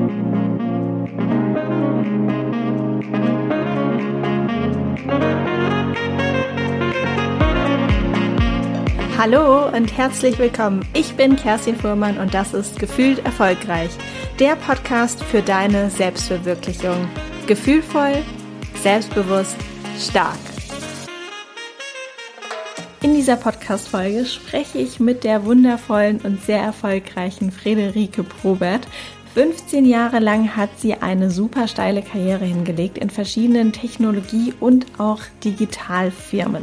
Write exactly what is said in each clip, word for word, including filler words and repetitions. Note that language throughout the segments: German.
Hallo und herzlich willkommen. Ich bin Kerstin Fuhrmann und das ist Gefühlt Erfolgreich, der Podcast für deine Selbstverwirklichung. Gefühlvoll, selbstbewusst, stark. In dieser Podcast-Folge spreche ich mit der wundervollen und sehr erfolgreichen Friederike Probert. fünfzehn Jahre lang hat sie eine super steile Karriere hingelegt in verschiedenen Technologie- und auch Digitalfirmen.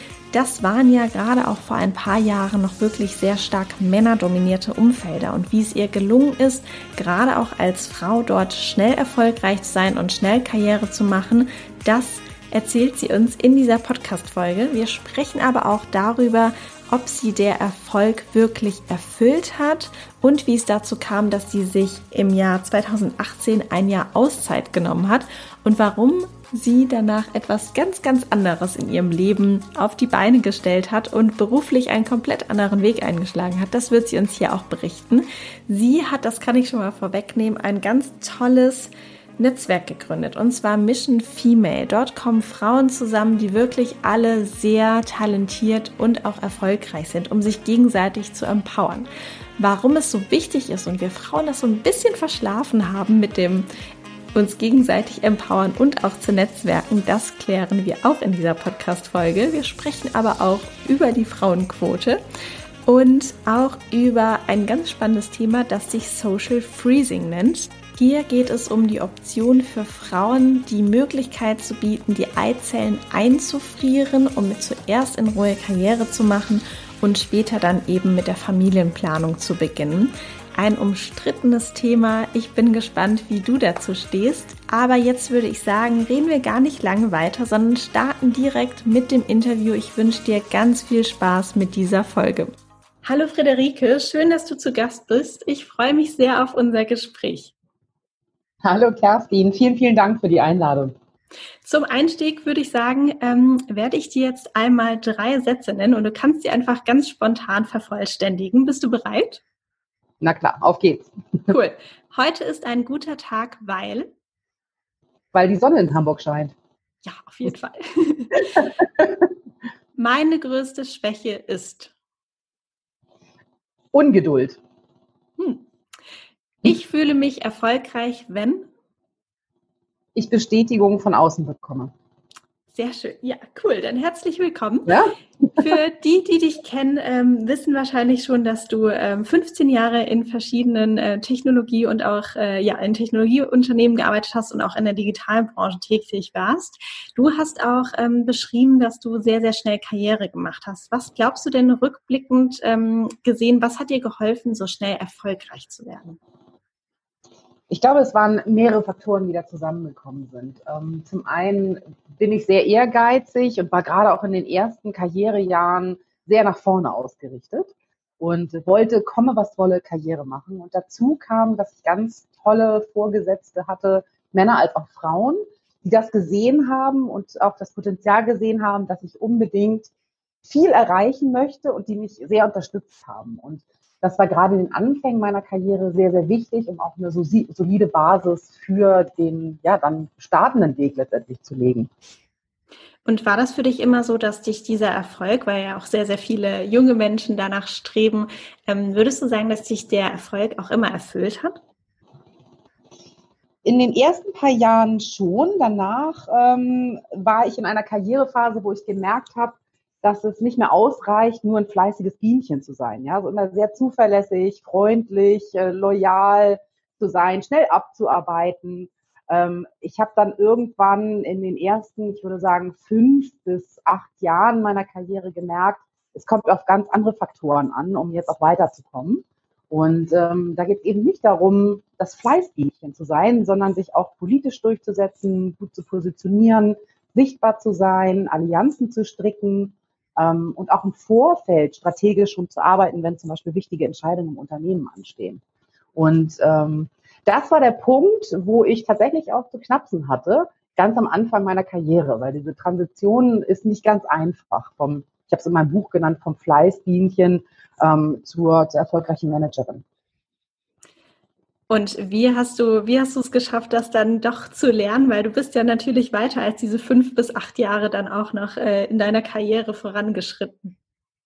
Das waren ja gerade auch vor ein paar Jahren noch wirklich sehr stark männerdominierte Umfelder. Und wie es ihr gelungen ist, gerade auch als Frau dort schnell erfolgreich zu sein und schnell Karriere zu machen, das erzählt sie uns in dieser Podcast-Folge. Wir sprechen aber auch darüber, ob sie der Erfolg wirklich erfüllt hat und wie es dazu kam, dass sie sich im Jahr zweitausendachtzehn ein Jahr Auszeit genommen hat und warum sie danach etwas ganz, ganz anderes in ihrem Leben auf die Beine gestellt hat und beruflich einen komplett anderen Weg eingeschlagen hat. Das wird sie uns hier auch berichten. Sie hat, das kann ich schon mal vorwegnehmen, ein ganz tolles Netzwerk gegründet, und zwar Mission Female. Dort kommen Frauen zusammen, die wirklich alle sehr talentiert und auch erfolgreich sind, um sich gegenseitig zu empowern. Warum es so wichtig ist und wir Frauen das so ein bisschen verschlafen haben mit dem uns gegenseitig empowern und auch zu netzwerken, das klären wir auch in dieser Podcast-Folge. Wir sprechen aber auch über die Frauenquote und auch über ein ganz spannendes Thema, das sich Social Freezing nennt. Hier geht es um die Option für Frauen, die Möglichkeit zu bieten, die Eizellen einzufrieren, um zuerst in Ruhe Karriere zu machen und später dann eben mit der Familienplanung zu beginnen. Ein umstrittenes Thema. Ich bin gespannt, wie du dazu stehst. Aber jetzt würde ich sagen, reden wir gar nicht lange weiter, sondern starten direkt mit dem Interview. Ich wünsche dir ganz viel Spaß mit dieser Folge. Hallo Friederike, schön, dass du zu Gast bist. Ich freue mich sehr auf unser Gespräch. Hallo Kerstin, vielen, vielen Dank für die Einladung. Zum Einstieg würde ich sagen, ähm, werde ich dir jetzt einmal drei Sätze nennen und du kannst sie einfach ganz spontan vervollständigen. Bist du bereit? Na klar, auf geht's. Cool. Heute ist ein guter Tag, weil? Weil die Sonne in Hamburg scheint. Ja, auf jeden Fall. Meine größte Schwäche ist? Ungeduld. Hm. Ich fühle mich erfolgreich, wenn? Ich Bestätigung von außen bekomme. Sehr schön. Ja, cool. Dann herzlich willkommen. Ja? Für die, die dich kennen, ähm, wissen wahrscheinlich schon, dass du ähm, fünfzehn Jahre in verschiedenen äh, Technologie- und auch äh, ja, in Technologieunternehmen gearbeitet hast und auch in der digitalen Branche tätig warst. Du hast auch ähm, beschrieben, dass du sehr, sehr schnell Karriere gemacht hast. Was glaubst du denn rückblickend ähm, gesehen, was hat dir geholfen, so schnell erfolgreich zu werden? Ich glaube, es waren mehrere Faktoren, die da zusammengekommen sind. Ähm, zum einen bin ich sehr ehrgeizig und war gerade auch in den ersten Karrierejahren sehr nach vorne ausgerichtet und wollte, komme was wolle, Karriere machen. Und dazu kam, dass ich ganz tolle Vorgesetzte hatte, Männer als auch Frauen, die das gesehen haben und auch das Potenzial gesehen haben, dass ich unbedingt viel erreichen möchte und die mich sehr unterstützt haben. Und das war gerade in den Anfängen meiner Karriere sehr, sehr wichtig, um auch eine solide Basis für den ja dann startenden Weg letztendlich zu legen. Und war das für dich immer so, dass dich dieser Erfolg, weil ja auch sehr, sehr viele junge Menschen danach streben, ähm, würdest du sagen, dass dich der Erfolg auch immer erfüllt hat? In den ersten paar Jahren schon. Danach ähm, war ich in einer Karrierephase, wo ich gemerkt habe, dass es nicht mehr ausreicht, nur ein fleißiges Bienchen zu sein. Ja, also immer sehr zuverlässig, freundlich, äh, loyal zu sein, schnell abzuarbeiten. Ähm, ich habe dann irgendwann in den ersten, ich würde sagen, fünf bis acht Jahren meiner Karriere gemerkt, es kommt auf ganz andere Faktoren an, um jetzt auch weiterzukommen. Und ähm, da geht es eben nicht darum, das Fleißbienchen zu sein, sondern sich auch politisch durchzusetzen, gut zu positionieren, sichtbar zu sein, Allianzen zu stricken, ähm, und auch im Vorfeld strategisch schon zu arbeiten, wenn zum Beispiel wichtige Entscheidungen im Unternehmen anstehen. Und ähm, das war der Punkt, wo ich tatsächlich auch zu knapsen hatte, ganz am Anfang meiner Karriere, weil diese Transition ist nicht ganz einfach. Vom, ich habe es in meinem Buch genannt, vom Fleißbienchen ähm, zur, zur erfolgreichen Managerin. Und wie hast du, wie hast du es geschafft, das dann doch zu lernen? Weil du bist ja natürlich weiter als diese fünf bis acht Jahre dann auch noch äh, in deiner Karriere vorangeschritten.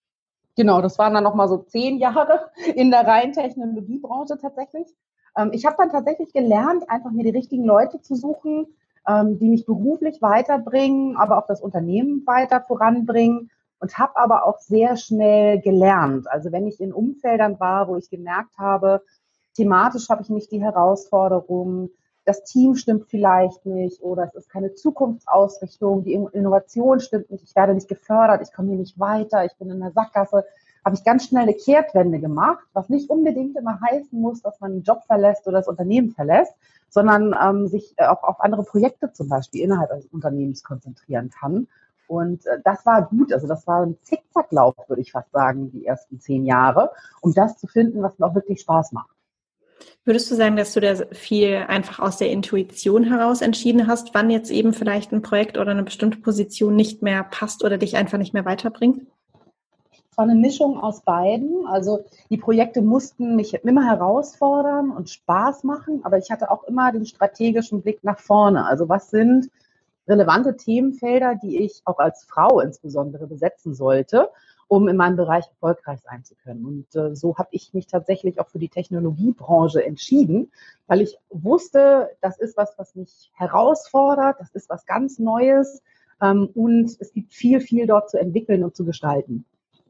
Genau, das waren dann nochmal so zehn Jahre in der reinen Technologiebranche tatsächlich. Ähm, ich habe dann tatsächlich gelernt, einfach mir die richtigen Leute zu suchen, ähm, die mich beruflich weiterbringen, aber auch das Unternehmen weiter voranbringen und habe aber auch sehr schnell gelernt. Also wenn ich in Umfeldern war, wo ich gemerkt habe, thematisch habe ich nicht die Herausforderungen, das Team stimmt vielleicht nicht oder es ist keine Zukunftsausrichtung, die Innovation stimmt nicht, ich werde nicht gefördert, ich komme hier nicht weiter, ich bin in der Sackgasse, habe ich ganz schnell eine Kehrtwende gemacht, was nicht unbedingt immer heißen muss, dass man einen Job verlässt oder das Unternehmen verlässt, sondern ähm, sich auch auf andere Projekte zum Beispiel innerhalb eines Unternehmens konzentrieren kann. Und äh, das war gut, also das war ein Zickzacklauf, würde ich fast sagen, die ersten zehn Jahre, um das zu finden, was mir auch wirklich Spaß macht. Würdest du sagen, dass du da viel einfach aus der Intuition heraus entschieden hast, wann jetzt eben vielleicht ein Projekt oder eine bestimmte Position nicht mehr passt oder dich einfach nicht mehr weiterbringt? Es war eine Mischung aus beiden. Also die Projekte mussten mich immer herausfordern und Spaß machen, aber ich hatte auch immer den strategischen Blick nach vorne. Also was sind relevante Themenfelder, die ich auch als Frau insbesondere besetzen sollte, um in meinem Bereich erfolgreich sein zu können. Und äh, so habe ich mich tatsächlich auch für die Technologiebranche entschieden, weil ich wusste, das ist was, was mich herausfordert, das ist was ganz Neues ähm, und es gibt viel, viel dort zu entwickeln und zu gestalten.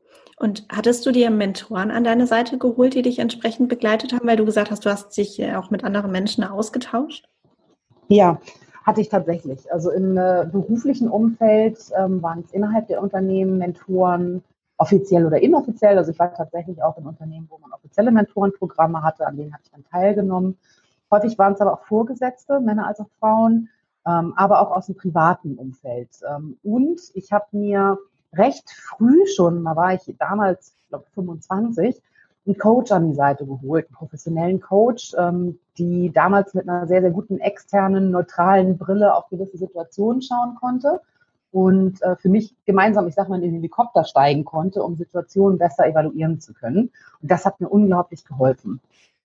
Und hattest du dir Mentoren an deine Seite geholt, die dich entsprechend begleitet haben, weil du gesagt hast, du hast dich auch mit anderen Menschen ausgetauscht? Ja, hatte ich tatsächlich. Also im äh, beruflichen Umfeld ähm, waren es innerhalb der Unternehmen Mentoren, offiziell oder inoffiziell. Also ich war tatsächlich auch in Unternehmen, wo man offizielle Mentorenprogramme hatte, an denen habe ich dann teilgenommen. Häufig waren es aber auch Vorgesetzte, Männer als auch Frauen, ähm, aber auch aus dem privaten Umfeld. Ähm, und ich habe mir recht früh schon, da war ich damals, ich glaube fünfundzwanzig, einen Coach an die Seite geholt, einen professionellen Coach, ähm, die damals mit einer sehr, sehr guten externen, neutralen Brille auf gewisse Situationen schauen konnte und äh, für mich gemeinsam, ich sag mal, in den Helikopter steigen konnte, um Situationen besser evaluieren zu können. Und das hat mir unglaublich geholfen.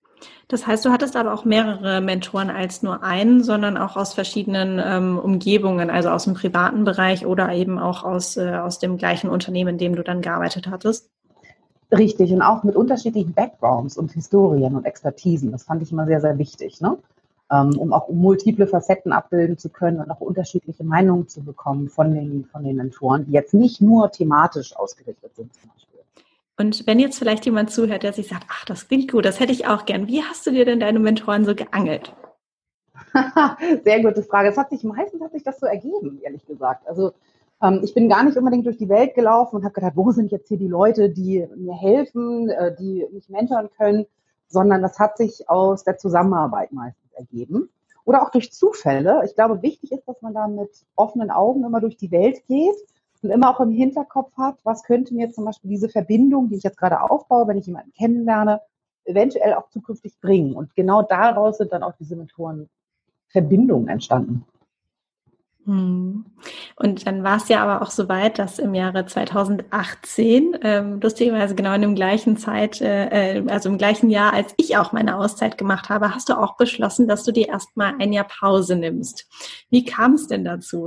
Das heißt, du hattest aber auch mehrere Mentoren als nur einen, sondern auch aus verschiedenen ähm, Umgebungen, also aus dem privaten Bereich oder eben auch aus, äh, aus dem gleichen Unternehmen, in dem du dann gearbeitet hattest. Richtig, und auch mit unterschiedlichen Backgrounds und Historien und Expertisen. Das fand ich immer sehr, sehr wichtig, ne? Ähm, um auch multiple Facetten abbilden zu können und auch unterschiedliche Meinungen zu bekommen von den, von den Mentoren, die jetzt nicht nur thematisch ausgerichtet sind zum Beispiel. Und wenn jetzt vielleicht jemand zuhört, der sich sagt, ach, das klingt gut, das hätte ich auch gern. Wie hast du dir denn deine Mentoren so geangelt? Sehr gute Frage. Es hat sich meistens hat sich das so ergeben, ehrlich gesagt. Also ähm, ich bin gar nicht unbedingt durch die Welt gelaufen und habe gedacht, wo sind jetzt hier die Leute, die mir helfen, äh, die mich mentoren können, sondern das hat sich aus der Zusammenarbeit meistens ergeben. Oder auch durch Zufälle. Ich glaube, wichtig ist, dass man da mit offenen Augen immer durch die Welt geht und immer auch im Hinterkopf hat, was könnte mir zum Beispiel diese Verbindung, die ich jetzt gerade aufbaue, wenn ich jemanden kennenlerne, eventuell auch zukünftig bringen. Und genau daraus sind dann auch diese Mentoren Verbindungen entstanden. Hm. Und dann war es ja aber auch so weit, dass im Jahre zweitausendachtzehn, ähm, lustigerweise genau in dem gleichen Zeit, äh, also im gleichen Jahr, als ich auch meine Auszeit gemacht habe, hast du auch beschlossen, dass du dir erstmal ein Jahr Pause nimmst. Wie kam es denn dazu?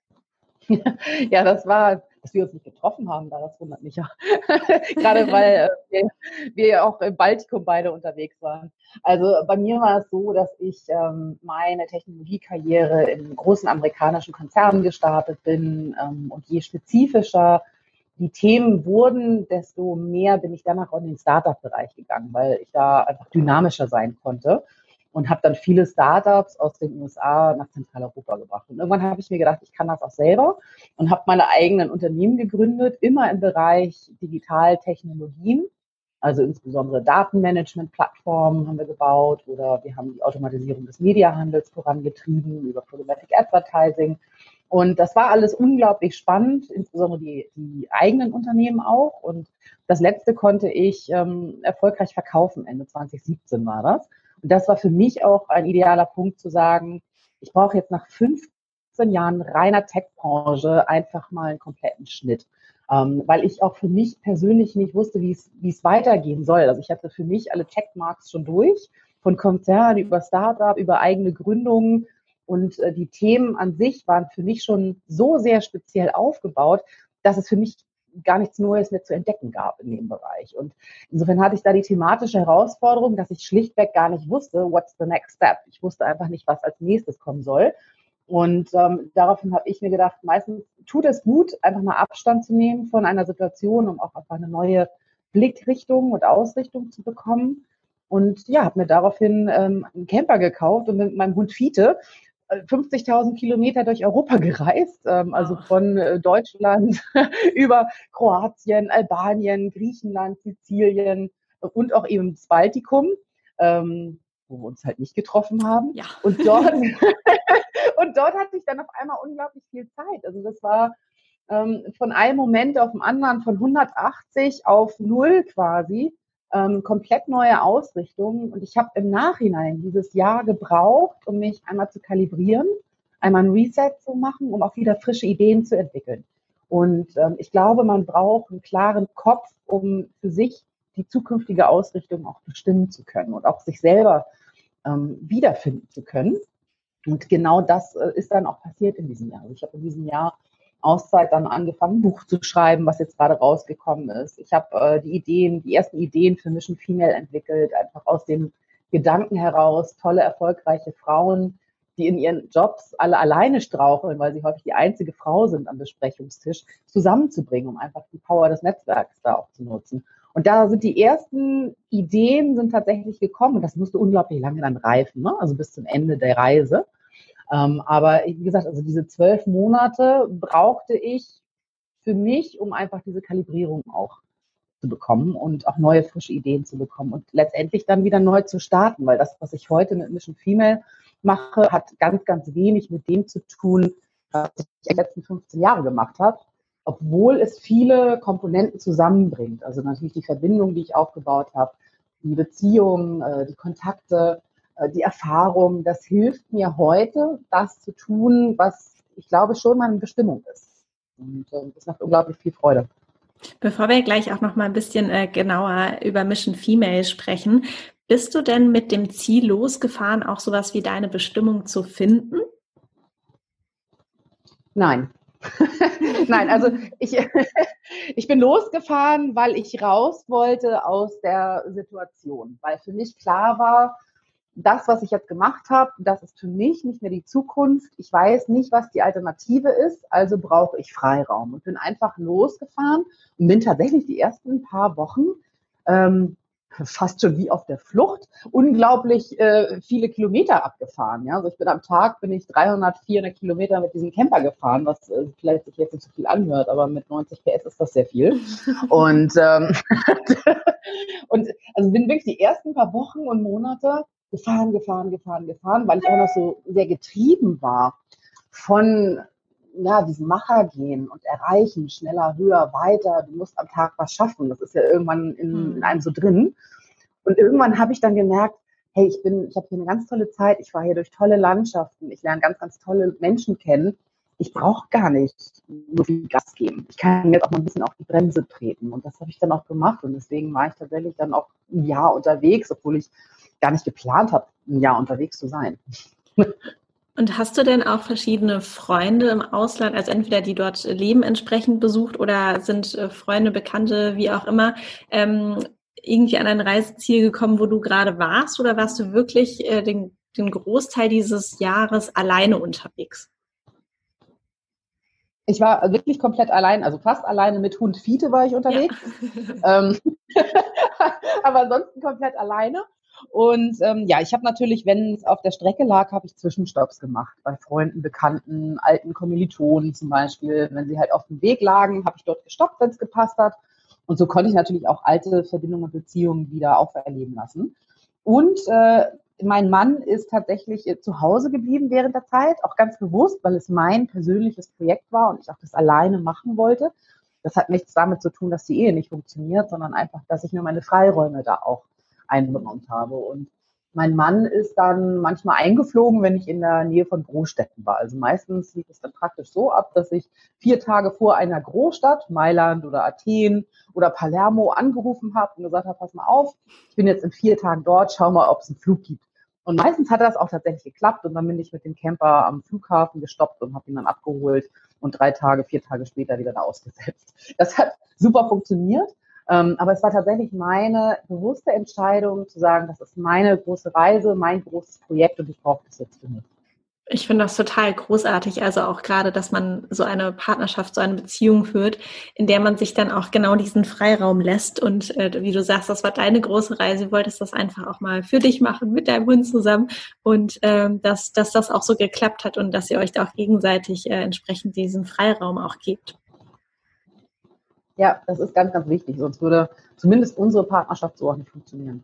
Ja, das war, dass wir uns nicht getroffen haben, da das wundert mich ja. Gerade weil äh, wir, wir auch im Baltikum beide unterwegs waren. Also bei mir war es so, dass ich ähm, meine Technologiekarriere in großen amerikanischen Konzernen gestartet bin ähm, und je spezifischer die Themen wurden, desto mehr bin ich danach auch in den Startup-Bereich gegangen, weil ich da einfach dynamischer sein konnte. Und habe dann viele Startups aus den U S A nach Zentraleuropa gebracht. Und irgendwann habe ich mir gedacht, ich kann das auch selber und habe meine eigenen Unternehmen gegründet, immer im Bereich Digitaltechnologien, also insbesondere Datenmanagement-Plattformen haben wir gebaut oder wir haben die Automatisierung des Mediahandels vorangetrieben über Programmatic Advertising. Und das war alles unglaublich spannend, insbesondere die, die eigenen Unternehmen auch. Und das letzte konnte ich ähm, erfolgreich verkaufen, Ende zwanzig siebzehn war das. Und das war für mich auch ein idealer Punkt zu sagen, ich brauche jetzt nach fünfzehn Jahren reiner Tech-Branche einfach mal einen kompletten Schnitt. Ähm, weil ich auch für mich persönlich nicht wusste, wie es, wie es weitergehen soll. Also ich hatte für mich alle Checkmarks schon durch von Konzern über Startup, über eigene Gründungen. Und äh, die Themen an sich waren für mich schon so sehr speziell aufgebaut, dass es für mich gar nichts Neues mehr zu entdecken gab in dem Bereich. Und insofern hatte ich da die thematische Herausforderung, dass ich schlichtweg gar nicht wusste, what's the next step? Ich wusste einfach nicht, was als nächstes kommen soll. Und ähm, daraufhin habe ich mir gedacht, meistens tut es gut, einfach mal Abstand zu nehmen von einer Situation, um auch einfach eine neue Blickrichtung und Ausrichtung zu bekommen. Und ja, habe mir daraufhin ähm, einen Camper gekauft und mit meinem Hund Fiete fünfzigtausend Kilometer durch Europa gereist, ähm, also von äh, Deutschland über Kroatien, Albanien, Griechenland, Sizilien und auch eben das Baltikum, ähm, wo wir uns halt nicht getroffen haben. Ja. Und dort und dort hatte ich dann auf einmal unglaublich viel Zeit. Also das war ähm, von einem Moment auf den anderen, von hundertachtzig auf null quasi, ähm, komplett neue Ausrichtung. Und ich habe im Nachhinein dieses Jahr gebraucht, um mich einmal zu kalibrieren, einmal ein Reset zu machen, um auch wieder frische Ideen zu entwickeln. Und ähm, ich glaube, man braucht einen klaren Kopf, um für sich die zukünftige Ausrichtung auch bestimmen zu können und auch sich selber ähm, wiederfinden zu können. Und genau das äh, ist dann auch passiert in diesem Jahr. Also ich habe in diesem Jahr Auszeit dann angefangen, ein Buch zu schreiben, was jetzt gerade rausgekommen ist. Ich habe äh, die Ideen, die ersten Ideen für Mission Female entwickelt, einfach aus dem Gedanken heraus, tolle, erfolgreiche Frauen, die in ihren Jobs alle alleine straucheln, weil sie häufig die einzige Frau sind am Besprechungstisch, zusammenzubringen, um einfach die Power des Netzwerks da auch zu nutzen. Und da sind die ersten Ideen sind tatsächlich gekommen und das musste unglaublich lange dann reifen, ne? Also bis zum Ende der Reise. Ähm, aber wie gesagt, also diese zwölf Monate brauchte ich für mich, um einfach diese Kalibrierung auch zu bekommen und auch neue, frische Ideen zu bekommen und letztendlich dann wieder neu zu starten, weil das, was ich heute mit Mission Female mache, hat ganz, ganz wenig mit dem zu tun, was ich die letzten fünfzehn Jahre gemacht habe, obwohl es viele Komponenten zusammenbringt. Also natürlich die Verbindung, die ich aufgebaut habe, die Beziehungen, die Kontakte, die Erfahrung, das hilft mir heute, das zu tun, was ich glaube schon meine Bestimmung ist. Und das macht unglaublich viel Freude. Bevor wir gleich auch noch mal ein bisschen äh, genauer über Mission Female sprechen, bist du denn mit dem Ziel losgefahren, auch sowas wie deine Bestimmung zu finden? Nein. Nein, also ich, ich bin losgefahren, weil ich raus wollte aus der Situation, weil für mich klar war, das, was ich jetzt gemacht habe, das ist für mich nicht mehr die Zukunft. Ich weiß nicht, was die Alternative ist, also brauche ich Freiraum und bin einfach losgefahren und bin tatsächlich die ersten paar Wochen ähm, fast schon wie auf der Flucht unglaublich äh, viele Kilometer abgefahren. Ja? Also ich bin am Tag bin ich dreihundert, vierhundert Kilometer mit diesem Camper gefahren, was äh, vielleicht sich jetzt nicht so viel anhört, aber mit neunzig P S ist das sehr viel. Und ähm, und also bin wirklich die ersten paar Wochen und Monate gefahren, gefahren, gefahren, gefahren, weil ich auch noch so sehr getrieben war von ja, diesem Machergehen und Erreichen, schneller, höher, weiter, du musst am Tag was schaffen. Das ist ja irgendwann in, in einem so drin. Und irgendwann habe ich dann gemerkt, hey, ich bin, ich habe hier eine ganz tolle Zeit, ich fahre hier durch tolle Landschaften, ich lerne ganz, ganz tolle Menschen kennen. Ich brauche gar nicht nur viel Gas geben. Ich kann jetzt auch mal ein bisschen auf die Bremse treten. Und das habe ich dann auch gemacht. Und deswegen war ich tatsächlich dann auch ein Jahr unterwegs, obwohl ich gar nicht geplant habe, ein Jahr unterwegs zu sein. Und hast du denn auch verschiedene Freunde im Ausland, also entweder die dort leben, entsprechend besucht oder sind Freunde, Bekannte, wie auch immer, ähm, irgendwie an ein Reiseziel gekommen, wo du gerade warst? Oder warst du wirklich äh, den, den Großteil dieses Jahres alleine unterwegs? Ich war wirklich komplett allein, also fast alleine mit Hund Fiete war ich unterwegs. Ja. ähm, aber ansonsten komplett alleine. Und ähm, ja, ich habe natürlich, wenn es auf der Strecke lag, habe ich Zwischenstopps gemacht. Bei Freunden, Bekannten, alten Kommilitonen zum Beispiel. Wenn sie halt auf dem Weg lagen, habe ich dort gestoppt, wenn es gepasst hat. Und so konnte ich natürlich auch alte Verbindungen und Beziehungen wieder auferleben lassen. Und äh, mein Mann ist tatsächlich zu Hause geblieben während der Zeit, auch ganz bewusst, weil es mein persönliches Projekt war und ich auch das alleine machen wollte. Das hat nichts damit zu tun, dass die Ehe nicht funktioniert, sondern einfach, dass ich mir meine Freiräume da auch eingeräumt habe. Und Mein Mann ist dann manchmal eingeflogen, wenn ich in der Nähe von Großstädten war. Also meistens lief es dann praktisch so ab, dass ich vier Tage vor einer Großstadt, Mailand oder Athen oder Palermo, angerufen habe und gesagt habe, pass mal auf, ich bin jetzt in vier Tagen dort, schau mal, ob es einen Flug gibt. Und meistens hat das auch tatsächlich geklappt und dann bin ich mit dem Camper am Flughafen gestoppt und habe ihn dann abgeholt und drei Tage, vier Tage später wieder da ausgesetzt. Das hat super funktioniert. Ähm, aber es war tatsächlich meine bewusste Entscheidung zu sagen, das ist meine große Reise, mein großes Projekt und ich brauche das jetzt für mich. Ich finde das total großartig, also auch gerade, dass man so eine Partnerschaft, so eine Beziehung führt, in der man sich dann auch genau diesen Freiraum lässt und äh, wie du sagst, das war deine große Reise, du wolltest das einfach auch mal für dich machen, mit deinem Hund zusammen und ähm, dass, dass das auch so geklappt hat und dass ihr euch da auch gegenseitig äh, entsprechend diesen Freiraum auch gebt. Ja, das ist ganz, ganz wichtig, sonst würde zumindest unsere Partnerschaft so auch nicht funktionieren.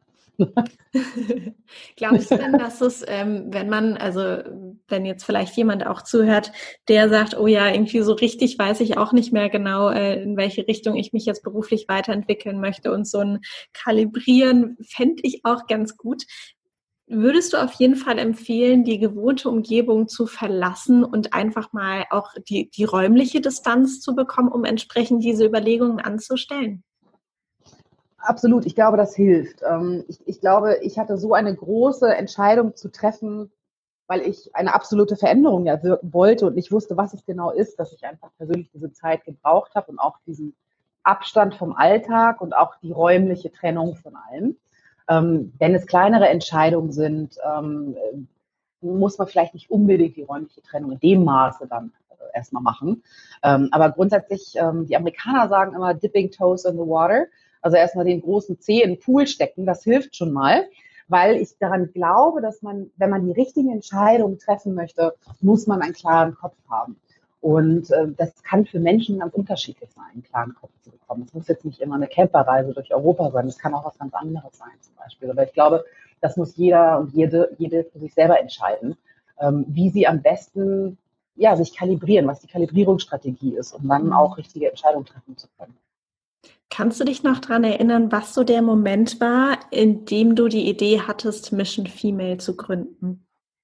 Glaubst du denn, dass es, ähm, wenn man, also wenn jetzt vielleicht jemand auch zuhört, der sagt, oh ja, irgendwie so richtig weiß ich auch nicht mehr genau, äh, in welche Richtung ich mich jetzt beruflich weiterentwickeln möchte und so ein Kalibrieren fände ich auch ganz gut. Würdest du auf jeden Fall empfehlen, die gewohnte Umgebung zu verlassen und einfach mal auch die, die räumliche Distanz zu bekommen, um entsprechend diese Überlegungen anzustellen? Absolut, ich glaube, das hilft. Ich, ich glaube, ich hatte so eine große Entscheidung zu treffen, weil ich eine absolute Veränderung ja wirken wollte und nicht wusste, was es genau ist, dass ich einfach persönlich diese Zeit gebraucht habe und auch diesen Abstand vom Alltag und auch die räumliche Trennung von allem. Ähm, wenn es kleinere Entscheidungen sind, ähm, muss man vielleicht nicht unbedingt die räumliche Trennung in dem Maße dann äh, erstmal machen. Ähm, aber grundsätzlich, ähm, die Amerikaner sagen immer dipping toes in the water. Also erstmal den großen Zeh in den Pool stecken, das hilft schon mal, weil ich daran glaube, dass man, wenn man die richtigen Entscheidungen treffen möchte, muss man einen klaren Kopf haben. Und äh, das kann für Menschen ganz unterschiedlich sein, einen klaren Kopf zu bekommen. Es muss jetzt nicht immer eine Camperreise durch Europa sein, es kann auch was ganz anderes sein zum Beispiel. Aber ich glaube, das muss jeder und jede, jede für sich selber entscheiden, ähm, wie sie am besten ja, sich kalibrieren, was die Kalibrierungsstrategie ist, um dann auch richtige Entscheidungen treffen zu können. Kannst du dich noch daran erinnern, was so der Moment war, in dem du die Idee hattest, Mission Female zu gründen?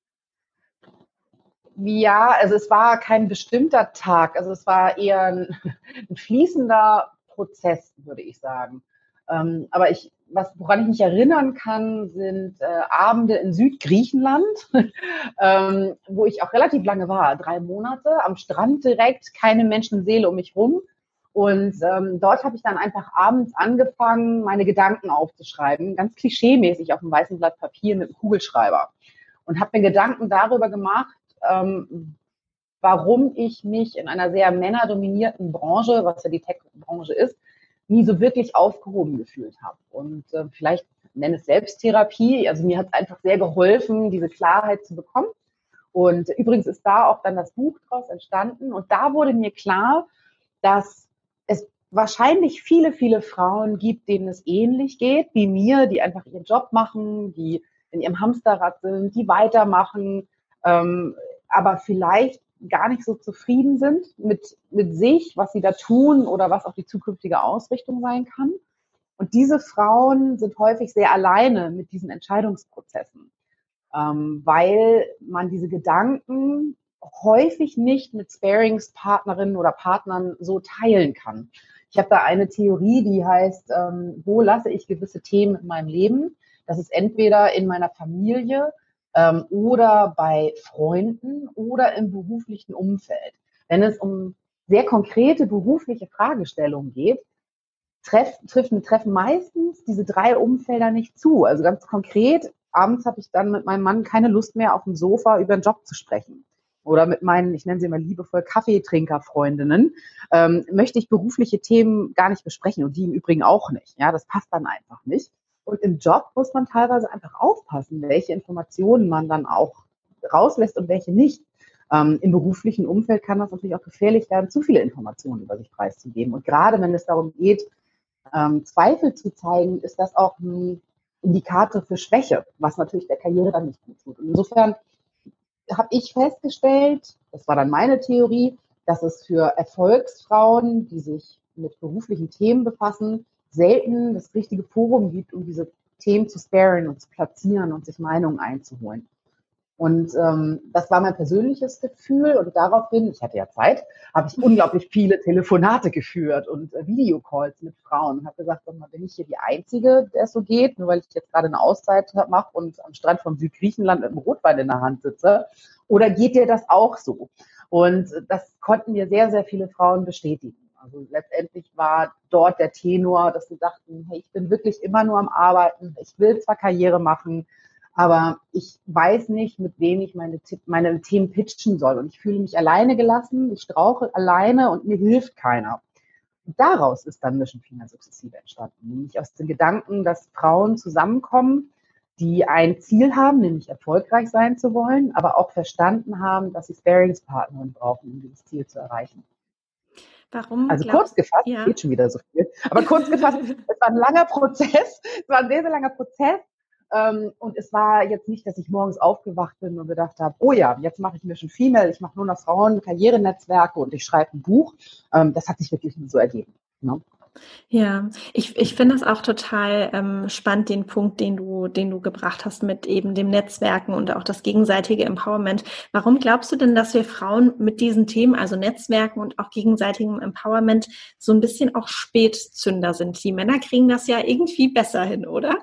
Ja, also es war kein bestimmter Tag, also es war eher ein, ein fließender Prozess, würde ich sagen. Ähm, aber ich, was, woran ich mich erinnern kann, sind äh, Abende in Südgriechenland, ähm, wo ich auch relativ lange war, drei Monate, am Strand direkt, keine Menschenseele um mich rum. Und ähm, dort habe ich dann einfach abends angefangen, meine Gedanken aufzuschreiben, ganz klischeemäßig auf einem weißen Blatt Papier mit einem Kugelschreiber. Und habe mir Gedanken darüber gemacht, ähm, warum ich mich in einer sehr männerdominierten Branche, was ja die Tech-Branche ist, nie so wirklich aufgehoben gefühlt habe. Und äh, vielleicht nenne es Selbsttherapie. Also mir hat es einfach sehr geholfen, diese Klarheit zu bekommen. Und übrigens ist da auch dann das Buch draus entstanden. Und da wurde mir klar, dass es wahrscheinlich viele, viele Frauen gibt, denen es ähnlich geht wie mir, die einfach ihren Job machen, die in ihrem Hamsterrad sind, die weitermachen, ähm, aber vielleicht gar nicht so zufrieden sind mit, mit sich, was sie da tun oder was auch die zukünftige Ausrichtung sein kann. Und diese Frauen sind häufig sehr alleine mit diesen Entscheidungsprozessen, ähm, weil man diese Gedanken häufig nicht mit Sparingspartnerinnen oder Partnern so teilen kann. Ich habe da eine Theorie, die heißt, ähm, wo lasse ich gewisse Themen in meinem Leben? Das ist entweder in meiner Familie ähm, oder bei Freunden oder im beruflichen Umfeld. Wenn es um sehr konkrete berufliche Fragestellungen geht, treff, treffen, treffen meistens diese drei Umfelder nicht zu. Also ganz konkret, abends habe ich dann mit meinem Mann keine Lust mehr, auf dem Sofa über den Job zu sprechen. Oder mit meinen, ich nenne sie immer liebevoll Kaffeetrinker-Freundinnen, ähm, möchte ich berufliche Themen gar nicht besprechen und die im Übrigen auch nicht. Ja, das passt dann einfach nicht. Und im Job muss man teilweise einfach aufpassen, welche Informationen man dann auch rauslässt und welche nicht. Ähm, Im beruflichen Umfeld kann das natürlich auch gefährlich werden, zu viele Informationen über sich preiszugeben. Und gerade wenn es darum geht, ähm, Zweifel zu zeigen, ist das auch ein Indikator für Schwäche, was natürlich der Karriere dann nicht gut tut. Und insofern habe ich festgestellt, das war dann meine Theorie, dass es für Erfolgsfrauen, die sich mit beruflichen Themen befassen, selten das richtige Forum gibt, um diese Themen zu sparen und zu platzieren und sich Meinungen einzuholen. Und ähm, das war mein persönliches Gefühl und daraufhin, ich hatte ja Zeit, habe ich unglaublich viele Telefonate geführt und äh, Videocalls mit Frauen und habe gesagt, sag mal, bin ich hier die Einzige, der es so geht, nur weil ich jetzt gerade eine Auszeit mache und am Strand von Südgriechenland mit einem Rotwein in der Hand sitze, oder geht dir das auch so? Und das konnten mir sehr, sehr viele Frauen bestätigen. Also letztendlich war dort der Tenor, dass sie dachten, hey, ich bin wirklich immer nur am Arbeiten, ich will zwar Karriere machen, aber ich weiß nicht, mit wem ich meine, meine Themen pitchen soll. Und ich fühle mich alleine gelassen, ich strauche alleine und mir hilft keiner. Und daraus ist dann Mission Female sukzessive entstanden. Nämlich aus dem Gedanken, dass Frauen zusammenkommen, die ein Ziel haben, nämlich erfolgreich sein zu wollen, aber auch verstanden haben, dass sie Sparingspartnerin brauchen, um dieses Ziel zu erreichen. Warum Also glaubst, kurz gefasst, ja. geht schon wieder so viel, aber kurz gefasst, es war ein langer Prozess, es war ein sehr, sehr langer Prozess. Ähm, und es war jetzt nicht, dass ich morgens aufgewacht bin und gedacht habe, oh ja, jetzt mache ich Mission Female, ich mache nur noch Frauen, Karrierenetzwerke und ich schreibe ein Buch. Ähm, das hat sich wirklich so ergeben. Ne? Ja, ich, ich finde es auch total ähm, spannend, den Punkt, den du, den du gebracht hast mit eben dem Netzwerken und auch das gegenseitige Empowerment. Warum glaubst du denn, dass wir Frauen mit diesen Themen, also Netzwerken und auch gegenseitigem Empowerment, so ein bisschen auch Spätzünder sind? Die Männer kriegen das ja irgendwie besser hin, oder?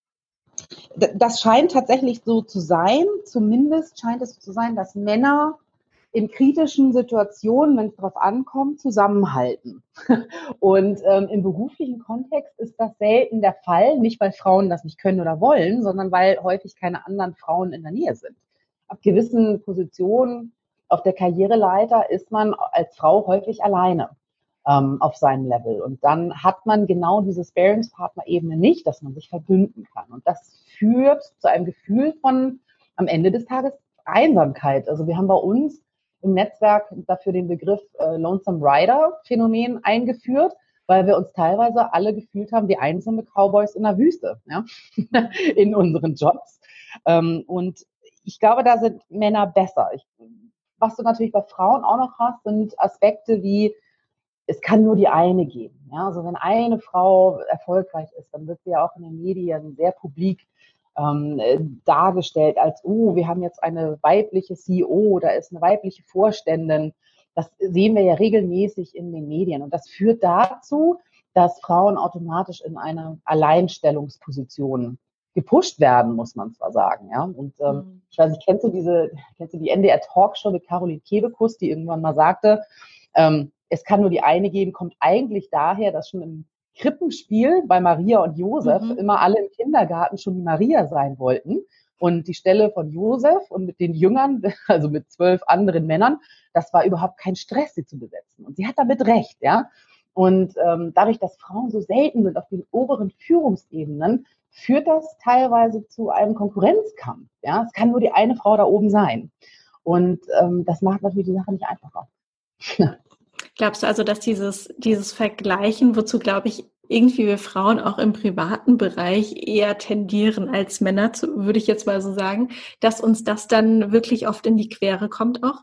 Das scheint tatsächlich so zu sein. Zumindest scheint es so zu sein, dass Männer in kritischen Situationen, wenn es darauf ankommt, zusammenhalten. Und ähm, im beruflichen Kontext ist das selten der Fall, nicht weil Frauen das nicht können oder wollen, sondern weil häufig keine anderen Frauen in der Nähe sind. Ab gewissen Positionen auf der Karriereleiter ist man als Frau häufig alleine ähm, auf seinem Level. Und dann hat man genau diese Sparingspartner-Ebene nicht, dass man sich verbünden kann. Und das führt zu einem Gefühl von am Ende des Tages Einsamkeit. Also wir haben bei uns im Netzwerk dafür den Begriff äh, Lonesome Rider Phänomen eingeführt, weil wir uns teilweise alle gefühlt haben wie einsame Cowboys in der Wüste, ja? In unseren Jobs. Ähm, und ich glaube, da sind Männer besser. Ich, was du natürlich bei Frauen auch noch hast, sind Aspekte wie, es kann nur die eine geben. Ja? Also wenn eine Frau erfolgreich ist, dann wird sie ja auch in den Medien sehr publik ähm, dargestellt als, oh, wir haben jetzt eine weibliche C E O, da ist eine weibliche Vorständin. Das sehen wir ja regelmäßig in den Medien. Und das führt dazu, dass Frauen automatisch in eine Alleinstellungsposition gepusht werden, muss man zwar sagen. Ja? Und ähm, mhm. ich weiß nicht, kennst du diese, kennst du die N D R-Talkshow mit Caroline Kebekus, die irgendwann mal sagte, ähm, es kann nur die eine geben, kommt eigentlich daher, dass schon im Krippenspiel bei Maria und Josef mhm. immer alle im Kindergarten schon die Maria sein wollten. Und die Stelle von Josef und mit den Jüngern, also mit zwölf anderen Männern, das war überhaupt kein Stress, sie zu besetzen. Und sie hat damit recht, ja. Und ähm, dadurch, dass Frauen so selten sind auf den oberen Führungsebenen, führt das teilweise zu einem Konkurrenzkampf. Ja, es kann nur die eine Frau da oben sein. Und ähm, das macht natürlich die Sache nicht einfacher. Glaubst du also, dass dieses, dieses Vergleichen, wozu, glaube ich, irgendwie wir Frauen auch im privaten Bereich eher tendieren als Männer, zu, würde ich jetzt mal so sagen, dass uns das dann wirklich oft in die Quere kommt auch?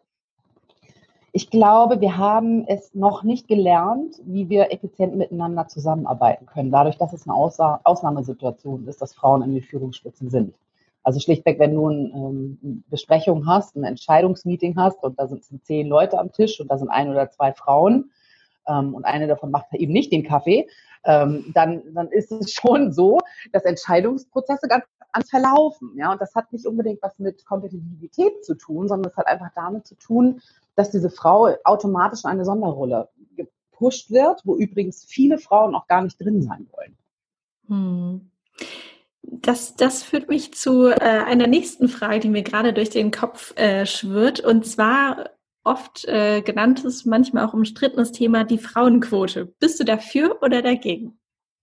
Ich glaube, wir haben es noch nicht gelernt, wie wir effizient miteinander zusammenarbeiten können, dadurch, dass es eine Ausna- Ausnahmesituation ist, dass Frauen in den Führungsspitzen sind. Also schlichtweg, wenn du eine ähm, Besprechung hast, ein Entscheidungsmeeting hast und da sind zehn Leute am Tisch und da sind ein oder zwei Frauen ähm, und eine davon macht eben nicht den Kaffee, ähm, dann, dann ist es schon so, dass Entscheidungsprozesse ganz anders verlaufen. Ja? Und das hat nicht unbedingt was mit Kompetitivität zu tun, sondern es hat einfach damit zu tun, dass diese Frau automatisch in eine Sonderrolle gepusht wird, wo übrigens viele Frauen auch gar nicht drin sein wollen. Hm. Das, das führt mich zu äh, einer nächsten Frage, die mir gerade durch den Kopf äh, schwirrt, und zwar oft äh, genanntes, manchmal auch umstrittenes Thema, die Frauenquote. Bist du dafür oder dagegen?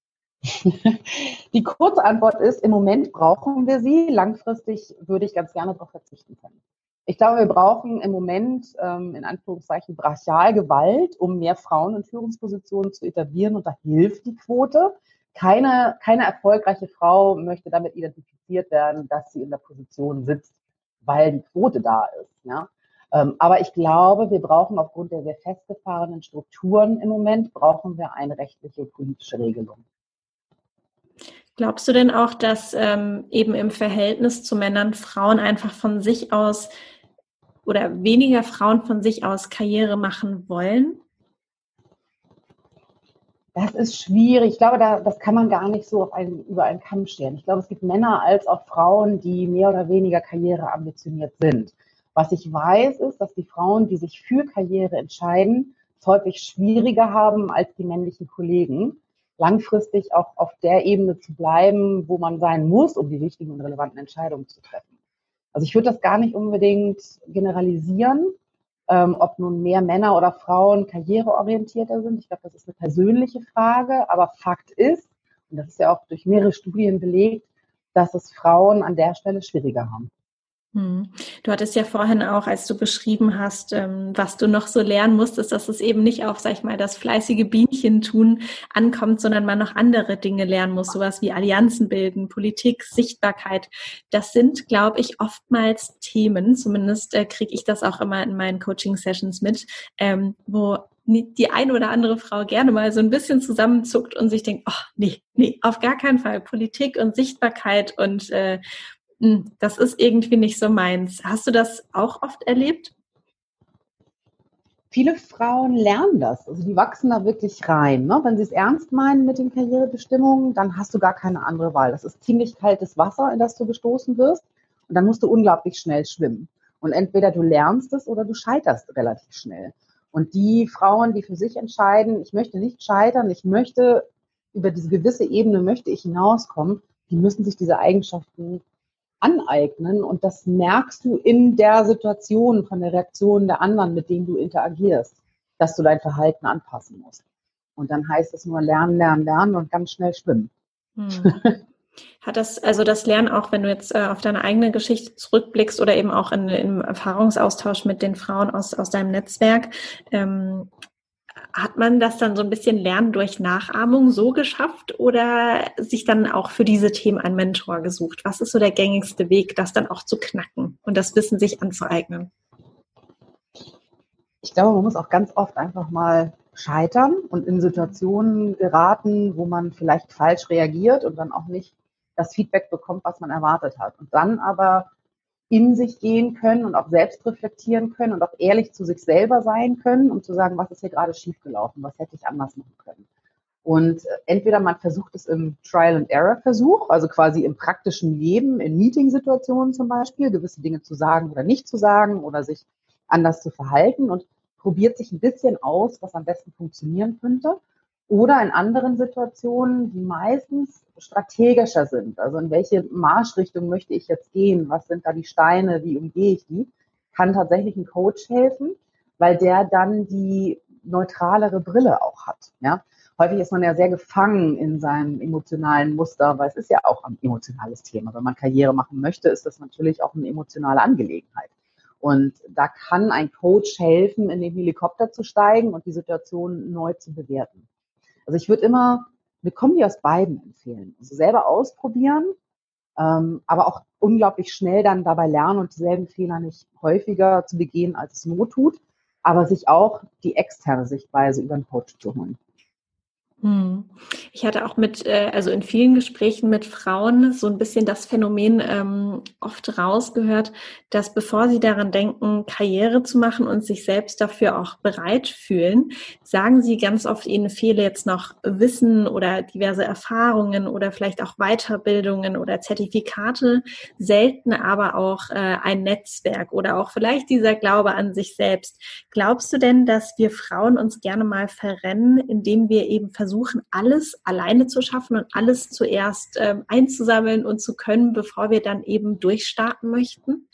Die kurze Antwort ist, im Moment brauchen wir sie. Langfristig würde ich ganz gerne darauf verzichten können. Ich glaube, wir brauchen im Moment ähm, in Anführungszeichen Brachialgewalt, um mehr Frauen in Führungspositionen zu etablieren, und da hilft die Quote. Keine, keine erfolgreiche Frau möchte damit identifiziert werden, dass sie in der Position sitzt, weil die Quote da ist. Ja? Ähm, aber ich glaube, wir brauchen aufgrund der sehr festgefahrenen Strukturen im Moment, brauchen wir eine rechtliche, politische Regelung. Glaubst du denn auch, dass ähm, eben im Verhältnis zu Männern Frauen einfach von sich aus oder weniger Frauen von sich aus Karriere machen wollen? Das ist schwierig. Ich glaube, da, das kann man gar nicht so auf einen, über einen Kamm scheren. Ich glaube, es gibt Männer als auch Frauen, die mehr oder weniger karriereambitioniert sind. Was ich weiß, ist, dass die Frauen, die sich für Karriere entscheiden, es häufig schwieriger haben als die männlichen Kollegen, langfristig auch auf der Ebene zu bleiben, wo man sein muss, um die wichtigen und relevanten Entscheidungen zu treffen. Also ich würde das gar nicht unbedingt generalisieren, ähm, ob nun mehr Männer oder Frauen karriereorientierter sind. Ich glaube, das ist eine persönliche Frage, aber Fakt ist, und das ist ja auch durch mehrere Studien belegt, dass es Frauen an der Stelle schwieriger haben. Hm. Du hattest ja vorhin auch, als du beschrieben hast, ähm, was du noch so lernen musstest, dass es eben nicht auf, sag ich mal, das fleißige Bienchentun ankommt, sondern man noch andere Dinge lernen muss, sowas wie Allianzen bilden, Politik, Sichtbarkeit. Das sind, glaube ich, oftmals Themen, zumindest äh, kriege ich das auch immer in meinen Coaching-Sessions mit, ähm, wo die eine oder andere Frau gerne mal so ein bisschen zusammenzuckt und sich denkt, oh, nee, nee, auf gar keinen Fall. Politik und Sichtbarkeit und äh, das ist irgendwie nicht so meins. Hast du das auch oft erlebt? Viele Frauen lernen das. Also die wachsen da wirklich rein. Ne? Wenn sie es ernst meinen mit den Karrierebestimmungen, dann hast du gar keine andere Wahl. Das ist ziemlich kaltes Wasser, in das du gestoßen wirst. Und dann musst du unglaublich schnell schwimmen. Und entweder du lernst es oder du scheiterst relativ schnell. Und die Frauen, die für sich entscheiden, ich möchte nicht scheitern, ich möchte über diese gewisse Ebene, möchte ich hinauskommen, die müssen sich diese Eigenschaften aneignen und das merkst du in der Situation von der Reaktion der anderen, mit denen du interagierst, dass du dein Verhalten anpassen musst. Und dann heißt es nur lernen, lernen, lernen und ganz schnell schwimmen. Hm. Hat das, also das Lernen auch, wenn du jetzt äh, auf deine eigene Geschichte zurückblickst oder eben auch in, im Erfahrungsaustausch mit den Frauen aus, aus deinem Netzwerk, ähm, hat man das dann so ein bisschen Lernen durch Nachahmung so geschafft oder sich dann auch für diese Themen einen Mentor gesucht? Was ist so der gängigste Weg, das dann auch zu knacken und das Wissen sich anzueignen? Ich glaube, man muss auch ganz oft einfach mal scheitern und in Situationen geraten, wo man vielleicht falsch reagiert und dann auch nicht das Feedback bekommt, was man erwartet hat. Und dann aber in sich gehen können und auch selbst reflektieren können und auch ehrlich zu sich selber sein können, um zu sagen, was ist hier gerade schiefgelaufen, was hätte ich anders machen können. Und entweder man versucht es im Trial-and-Error-Versuch, also quasi im praktischen Leben, in Meetingsituationen zum Beispiel, gewisse Dinge zu sagen oder nicht zu sagen oder sich anders zu verhalten und probiert sich ein bisschen aus, was am besten funktionieren könnte. Oder in anderen Situationen, die meistens strategischer sind. Also in welche Marschrichtung möchte ich jetzt gehen? Was sind da die Steine? Wie umgehe ich die? Kann tatsächlich ein Coach helfen, weil der dann die neutralere Brille auch hat. Ja? Häufig ist man ja sehr gefangen in seinem emotionalen Muster, weil es ist ja auch ein emotionales Thema. Wenn man Karriere machen möchte, ist das natürlich auch eine emotionale Angelegenheit. Und da kann ein Coach helfen, in den Helikopter zu steigen und die Situation neu zu bewerten. Also ich würde immer eine Kombi aus beiden empfehlen. Also selber ausprobieren, ähm, aber auch unglaublich schnell dann dabei lernen und dieselben Fehler nicht häufiger zu begehen, als es Not tut, aber sich auch die externe Sichtweise über den Coach zu holen. Ich hatte auch mit, also in vielen Gesprächen mit Frauen so ein bisschen das Phänomen ähm, oft rausgehört, dass bevor sie daran denken, Karriere zu machen und sich selbst dafür auch bereit fühlen, sagen sie ganz oft, ihnen fehle jetzt noch Wissen oder diverse Erfahrungen oder vielleicht auch Weiterbildungen oder Zertifikate, selten aber auch äh, ein Netzwerk oder auch vielleicht dieser Glaube an sich selbst. Glaubst du denn, dass wir Frauen uns gerne mal verrennen, indem wir eben versuchen, versuchen, alles alleine zu schaffen und alles zuerst ähm, einzusammeln und zu können, bevor wir dann eben durchstarten möchten?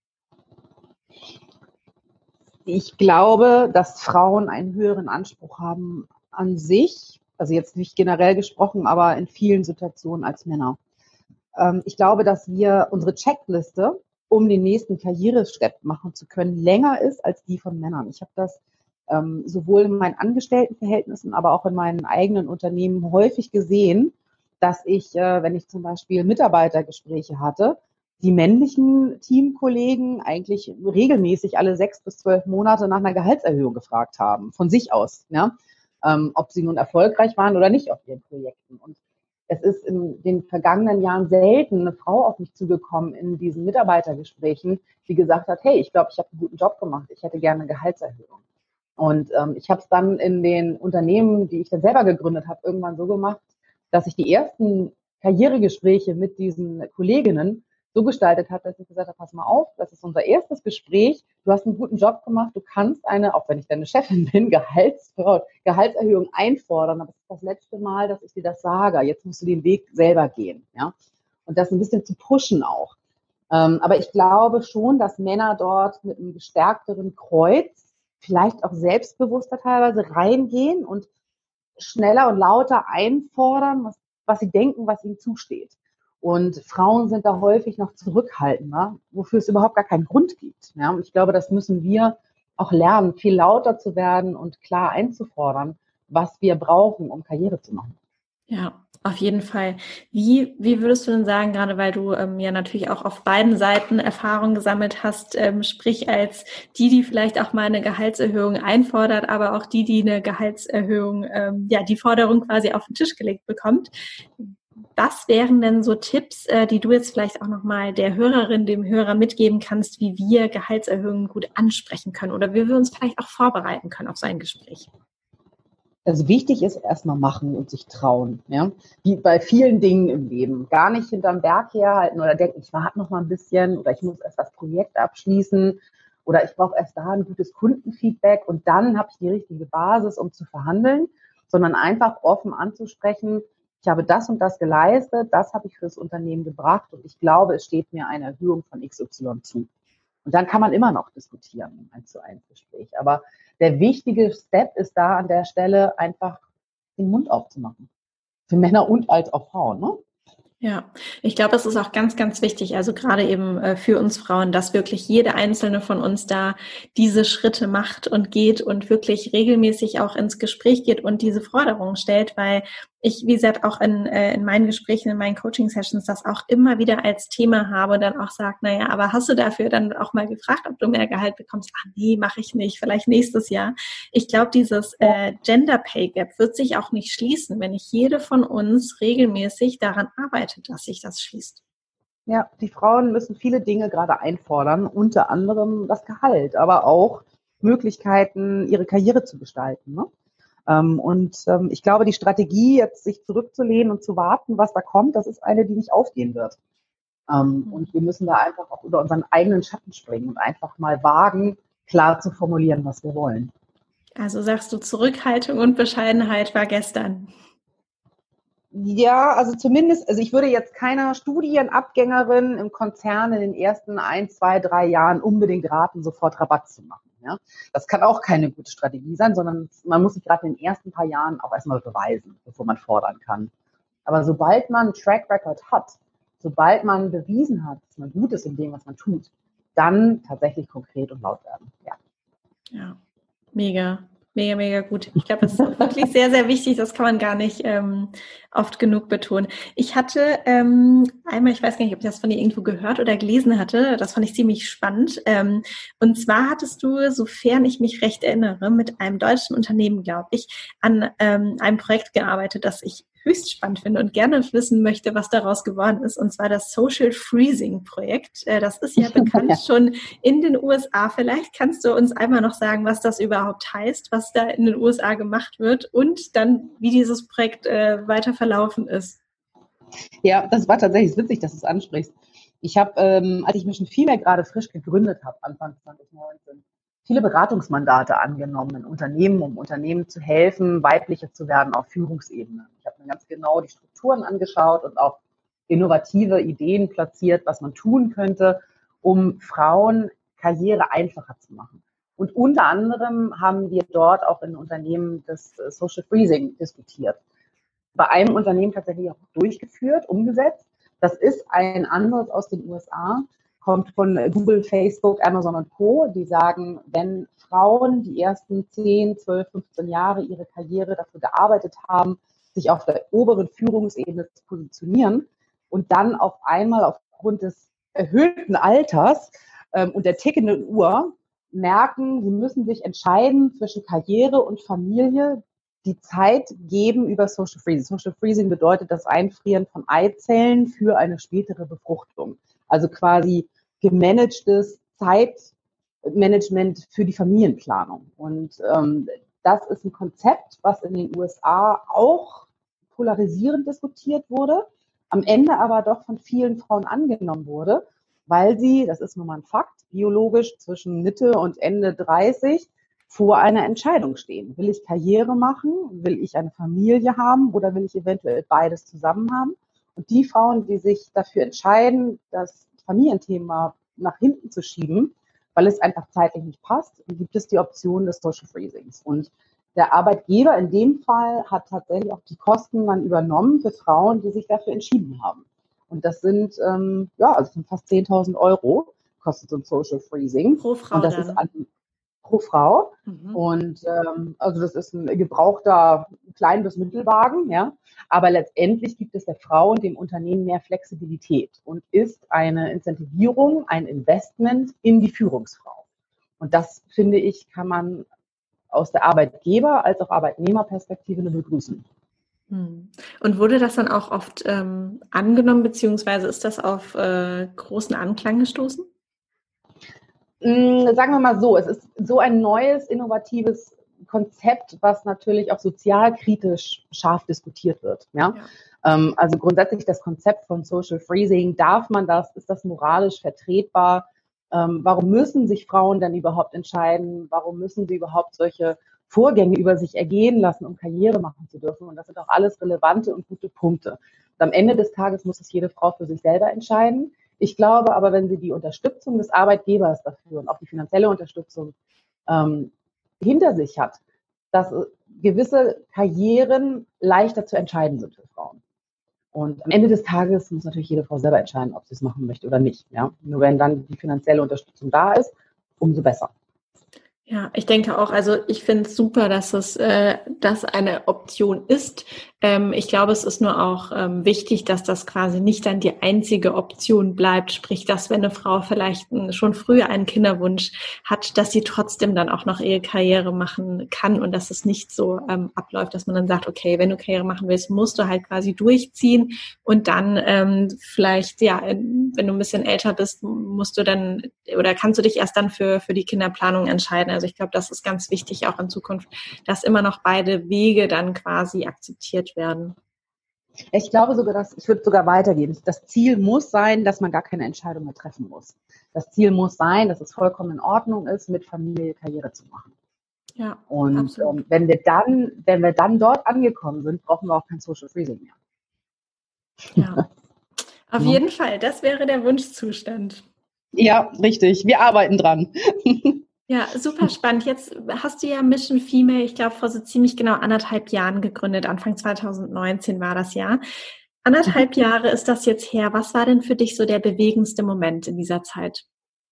Ich glaube, dass Frauen einen höheren Anspruch haben an sich, also jetzt nicht generell gesprochen, aber in vielen Situationen als Männer. Ähm, ich glaube, dass wir unsere Checkliste, um den nächsten Karriereschritt machen zu können, länger ist als die von Männern. Ich habe das Ähm, sowohl in meinen Angestelltenverhältnissen, aber auch in meinen eigenen Unternehmen häufig gesehen, dass ich, äh, wenn ich zum Beispiel Mitarbeitergespräche hatte, die männlichen Teamkollegen eigentlich regelmäßig alle sechs bis zwölf Monate nach einer Gehaltserhöhung gefragt haben, von sich aus, ja? ähm, ob sie nun erfolgreich waren oder nicht auf ihren Projekten. Und Es ist in den vergangenen Jahren selten eine Frau auf mich zugekommen in diesen Mitarbeitergesprächen, die gesagt hat, hey, ich glaube, ich habe einen guten Job gemacht, ich hätte gerne eine Gehaltserhöhung. Und ähm, ich habe es dann in den Unternehmen, die ich dann selber gegründet habe, irgendwann so gemacht, dass ich die ersten Karrieregespräche mit diesen Kolleginnen so gestaltet habe, dass ich gesagt habe, pass mal auf, das ist unser erstes Gespräch, du hast einen guten Job gemacht, du kannst eine, auch wenn ich deine Chefin bin, Gehalts, Gehaltserhöhung einfordern, aber es ist das letzte Mal, dass ich dir das sage, jetzt musst du den Weg selber gehen, ja, und das ein bisschen zu pushen auch. Ähm, aber ich glaube schon, dass Männer dort mit einem gestärkteren Kreuz, vielleicht auch selbstbewusster teilweise reingehen und schneller und lauter einfordern, was, was sie denken, was ihnen zusteht. Und Frauen sind da häufig noch zurückhaltender, wofür es überhaupt gar keinen Grund gibt. Ja, und ich glaube, das müssen wir auch lernen, viel lauter zu werden und klar einzufordern, was wir brauchen, um Karriere zu machen. Ja, auf jeden Fall. Wie, wie würdest du denn sagen, gerade weil du ähm, ja natürlich auch auf beiden Seiten Erfahrung gesammelt hast, ähm, sprich als die, die vielleicht auch mal eine Gehaltserhöhung einfordert, aber auch die, die eine Gehaltserhöhung, ähm, ja, die Forderung quasi auf den Tisch gelegt bekommt. Was wären denn so Tipps, äh, die du jetzt vielleicht auch nochmal der Hörerin, dem Hörer mitgeben kannst, wie wir Gehaltserhöhungen gut ansprechen können oder wie wir uns vielleicht auch vorbereiten können auf so ein Gespräch? Also wichtig ist erstmal machen und sich trauen, ja. Wie bei vielen Dingen im Leben. Gar nicht hinterm Berg herhalten oder denken, ich warte noch mal ein bisschen oder ich muss erst das Projekt abschließen oder ich brauche erst da ein gutes Kundenfeedback und dann habe ich die richtige Basis, um zu verhandeln, sondern einfach offen anzusprechen, ich habe das und das geleistet, das habe ich für das Unternehmen gebracht und ich glaube, es steht mir eine Erhöhung von X Y zu. Und dann kann man immer noch diskutieren im eins zu eins Gespräch. Aber der wichtige Step ist da an der Stelle einfach den Mund aufzumachen. Für Männer und als auch Frauen, ne? Ja, ich glaube, es ist auch ganz, ganz wichtig, also gerade eben äh, für uns Frauen, dass wirklich jede einzelne von uns da diese Schritte macht und geht und wirklich regelmäßig auch ins Gespräch geht und diese Forderungen stellt, weil ich, wie gesagt, auch in, äh, in meinen Gesprächen, in meinen Coaching-Sessions das auch immer wieder als Thema habe und dann auch sage, naja, aber hast du dafür dann auch mal gefragt, ob du mehr Gehalt bekommst? Ach nee, mache ich nicht, vielleicht nächstes Jahr. Ich glaube, dieses äh, Gender Pay Gap wird sich auch nicht schließen, wenn nicht jede von uns regelmäßig daran arbeitet, dass sich das schließt. Ja, die Frauen müssen viele Dinge gerade einfordern, unter anderem das Gehalt, aber auch Möglichkeiten, ihre Karriere zu gestalten, ne? Ähm, und ähm, ich glaube, die Strategie, jetzt sich zurückzulehnen und zu warten, was da kommt, das ist eine, die nicht aufgehen wird. Ähm, und wir müssen da einfach auch über unseren eigenen Schatten springen und einfach mal wagen, klar zu formulieren, was wir wollen. Also sagst du, Zurückhaltung und Bescheidenheit war gestern. Ja, also zumindest, also ich würde jetzt keiner Studienabgängerin im Konzern in den ersten ein, zwei, drei Jahren unbedingt raten, sofort Rabatt zu machen. Ja? Das kann auch keine gute Strategie sein, sondern man muss sich gerade in den ersten paar Jahren auch erstmal beweisen, bevor man fordern kann. Aber sobald man einen Track Record hat, sobald man bewiesen hat, dass man gut ist in dem, was man tut, dann tatsächlich konkret und laut werden. Ja, ja. Mega. Mega, mega gut. Ich glaube, das ist auch wirklich sehr, sehr wichtig. Das kann man gar nicht ähm, oft genug betonen. Ich hatte ähm, einmal, ich weiß gar nicht, ob ich das von dir irgendwo gehört oder gelesen hatte, das fand ich ziemlich spannend. Ähm, und zwar hattest du, sofern ich mich recht erinnere, mit einem deutschen Unternehmen, glaube ich, an ähm, einem Projekt gearbeitet, das ich höchst spannend finde und gerne wissen möchte, was daraus geworden ist, und zwar das Social Freezing Projekt. Äh, das ist ja bekannt ja. schon in den U S A. Vielleicht kannst du uns einmal noch sagen, was das überhaupt heißt, was da in den U S A gemacht wird und dann, wie dieses Projekt äh, weiter verlaufen ist. Ja, das war tatsächlich witzig, dass du es ansprichst. Ich habe, ähm, als ich mich schon viel mehr gerade frisch gegründet habe, Anfang zwanzig neunzehn, viele Beratungsmandate angenommen in Unternehmen, um Unternehmen zu helfen, weiblicher zu werden auf Führungsebene. Ich habe mir ganz genau die Strukturen angeschaut und auch innovative Ideen platziert, was man tun könnte, um Frauen Karriere einfacher zu machen. Und unter anderem haben wir dort auch in Unternehmen das Social Freezing diskutiert. Bei einem Unternehmen tatsächlich auch durchgeführt, umgesetzt. Das ist ein Ansatz aus den U S A, kommt von Google, Facebook, Amazon und Co. Die sagen, wenn Frauen die ersten zehn, zwölf, fünfzehn Jahre ihre Karriere dafür gearbeitet haben, sich auf der oberen Führungsebene zu positionieren und dann auf einmal aufgrund des erhöhten Alters ähm, und der tickenden Uhr merken, sie müssen sich entscheiden zwischen Karriere und Familie, die Zeit geben über Social Freezing. Social Freezing bedeutet das Einfrieren von Eizellen für eine spätere Befruchtung. Also quasi gemanagtes Zeitmanagement für die Familienplanung. Und ähm, das ist ein Konzept, was in den U S A auch polarisierend diskutiert wurde, am Ende aber doch von vielen Frauen angenommen wurde, weil sie, das ist nun mal ein Fakt, biologisch zwischen Mitte und Ende dreißig vor einer Entscheidung stehen. Will ich Karriere machen? Will ich eine Familie haben? Oder will ich eventuell beides zusammen haben? Und die Frauen, die sich dafür entscheiden, das Familienthema nach hinten zu schieben, weil es einfach zeitlich nicht passt, gibt es die Option des Social Freezings. Und der Arbeitgeber in dem Fall hat tatsächlich auch die Kosten dann übernommen für Frauen, die sich dafür entschieden haben. Und das sind, ähm, ja, also sind fast zehntausend Euro kostet so ein Social Freezing. Pro Frau und das dann? ist an, pro Frau. Mhm. Und ähm, also das ist ein gebrauchter Klein- bis Mittelwagen, ja. Aber letztendlich gibt es der Frau und dem Unternehmen mehr Flexibilität und ist eine Incentivierung, ein Investment in die Führungsfrau. Und das, finde ich, kann man aus der Arbeitgeber- als auch Arbeitnehmerperspektive nur begrüßen. Hm. Und wurde das dann auch oft ähm, angenommen, beziehungsweise ist das auf äh, großen Anklang gestoßen? Sagen wir mal so, es ist so ein neues, innovatives Konzept, was natürlich auch sozialkritisch scharf diskutiert wird. Ja? Ja. Ähm, also grundsätzlich das Konzept von Social Freezing, darf man das, ist das moralisch vertretbar? Ähm, warum müssen sich Frauen dann überhaupt entscheiden? Warum müssen sie überhaupt solche Vorgänge über sich ergehen lassen, um Karriere machen zu dürfen? Und das sind auch alles relevante und gute Punkte. Und am Ende des Tages muss es jede Frau für sich selber entscheiden. Ich glaube aber, wenn sie die Unterstützung des Arbeitgebers dafür und auch die finanzielle Unterstützung ähm, hinter sich hat, dass gewisse Karrieren leichter zu entscheiden sind für Frauen. Und am Ende des Tages muss natürlich jede Frau selber entscheiden, ob sie es machen möchte oder nicht. Ja? Nur wenn dann die finanzielle Unterstützung da ist, umso besser. Ja, ich denke auch, also ich finde es super, dass es äh, dass eine Option ist. Ähm, ich glaube, es ist nur auch ähm, wichtig, dass das quasi nicht dann die einzige Option bleibt. Sprich, dass wenn eine Frau vielleicht schon früher einen Kinderwunsch hat, dass sie trotzdem dann auch noch ihre Karriere machen kann und dass es nicht so ähm, abläuft, dass man dann sagt, okay, wenn du Karriere machen willst, musst du halt quasi durchziehen und dann ähm, vielleicht, ja, wenn du ein bisschen älter bist, musst du dann oder kannst du dich erst dann für für die Kinderplanung entscheiden. Also ich glaube, das ist ganz wichtig auch in Zukunft, dass immer noch beide Wege dann quasi akzeptiert werden. Ich glaube sogar, dass ich würde sogar weitergehen. Das Ziel muss sein, dass man gar keine Entscheidung mehr treffen muss. Das Ziel muss sein, dass es vollkommen in Ordnung ist, mit Familie Karriere zu machen. Ja, und ähm, wenn wir dann, wenn wir dann dort angekommen sind, brauchen wir auch kein Social Freezing mehr. Ja, auf ja. jeden Fall. Das wäre der Wunschzustand. Ja, richtig. Wir arbeiten dran. Ja, super spannend. Jetzt hast du ja Mission Female, ich glaube, vor so ziemlich genau anderthalb Jahren gegründet. Anfang zwanzig neunzehn war das ja. Anderthalb Jahre ist das jetzt her. Was war denn für dich so der bewegendste Moment in dieser Zeit?